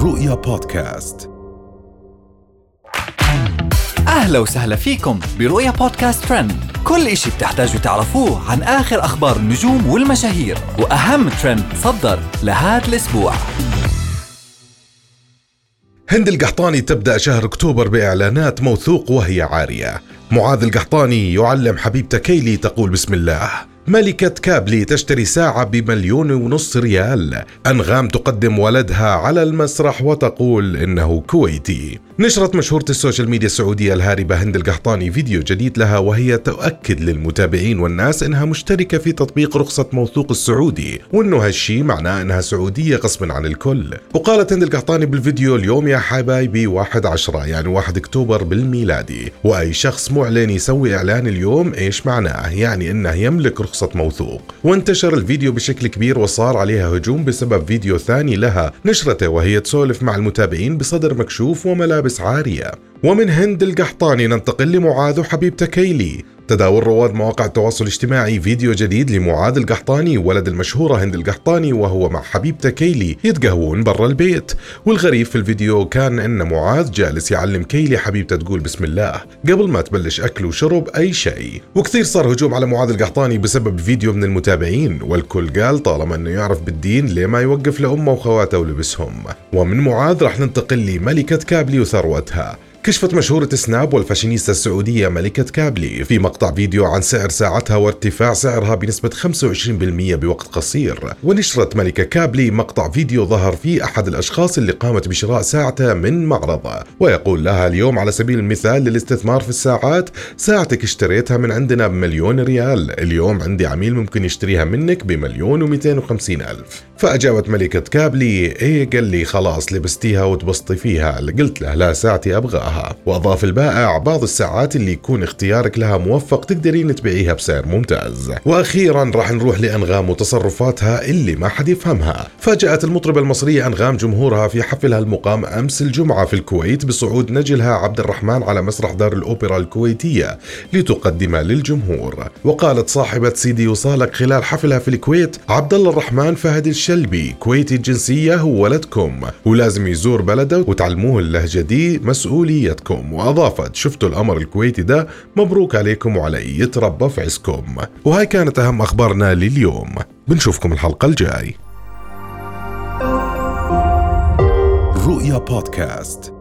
رؤيا بودكاست. أهلا وسهلا فيكم برؤيا بودكاست ترند. كل إشي بتحتاجوا تعرفوه عن آخر أخبار النجوم والمشاهير وأهم ترند صدر لهذا الأسبوع. هند القحطاني تبدأ شهر أكتوبر بإعلانات موثوق وهي عارية. معاذ القحطاني يعلم حبيبته كيلي تقول بسم الله. ملكة كابلي تشتري ساعة ب1.5 مليون ريال. أنغام تقدم ولدها على المسرح وتقول إنه كويتي. نشرت مشهورة السوشيال ميديا السعودية الهاربة هند القحطاني فيديو جديد لها وهي تؤكد للمتابعين والناس إنها مشتركة في تطبيق رخصة موثوق السعودي، وإنه هالشي معناه إنها سعودية غصبا عن الكل. وقالت هند القحطاني بالفيديو: اليوم يا حبايبي 1/10 يعني 1 أكتوبر بالميلادي، وأي شخص معلن يسوي إعلان اليوم إيش معناه؟ يعني إنه يملك رخصة موثوق. وانتشر الفيديو بشكل كبير وصار عليها هجوم بسبب فيديو ثاني لها نشرته وهي تسولف مع المتابعين بصدر مكشوف وملابس عارية. ومن هند القحطاني ننتقل لمعاذ وحبيبته كيلي. تداول رواد مواقع التواصل الاجتماعي فيديو جديد لمعاذ القحطاني ولد المشهورة هند القحطاني وهو مع حبيبته كيلي يتقهوون برا البيت. والغريب في الفيديو كان ان معاذ جالس يعلم كيلي حبيبته تقول بسم الله قبل ما تبلش اكل وشرب اي شيء. وكثير صار هجوم على معاذ القحطاني بسبب فيديو من المتابعين، والكل قال طالما انه يعرف بالدين ليه ما يوقف لامه وخواته ولبسهم. ومن معاذ راح ننتقل لملكة كابلي وثروتها. كشفت مشهورة سناب والفاشينيستا السعودية ملكة كابلي في مقطع فيديو عن سعر ساعتها وارتفاع سعرها بنسبة 25% بوقت قصير. ونشرت ملكة كابلي مقطع فيديو ظهر فيه أحد الأشخاص اللي قامت بشراء ساعته من معرضه، ويقول لها: اليوم على سبيل المثال للاستثمار في الساعات، ساعتك اشتريتها من عندنا ب1,000,000 ريال، اليوم عندي عميل ممكن يشتريها منك ب1,250,000. فأجابت ملكة كابلي: إيه؟ قال لي خلاص لبستيها وتبسطي فيها. قلت له لا، ساعتي أبغاها. وأضاف البائع: بعض الساعات اللي يكون اختيارك لها موفق تقدرين تبيعيها بسعر ممتاز. وأخيرا راح نروح لأنغام وتصرفاتها اللي ما حد يفهمها. فاجأت المطربة المصرية أنغام جمهورها في حفلها المقام أمس الجمعة في الكويت بصعود نجلها عبد الرحمن على مسرح دار الأوبرا الكويتية لتقدمه للجمهور. وقالت صاحبة سيدي وصالك خلال حفلها في الكويت: عبد الله الرحمن فهد الشلبي كويتي الجنسية، هو ولدكم ولازم يزور بلده وتعلموه اللهجة دي، مسؤوليتكم. وأضافت: شفتوا الأمر الكويتي ده، مبروك عليكم وعلى يتربى في عزكم. وهاي كانت أهم أخبارنا لليوم، بنشوفكم الحلقة الجاي. رؤيا بودكاست.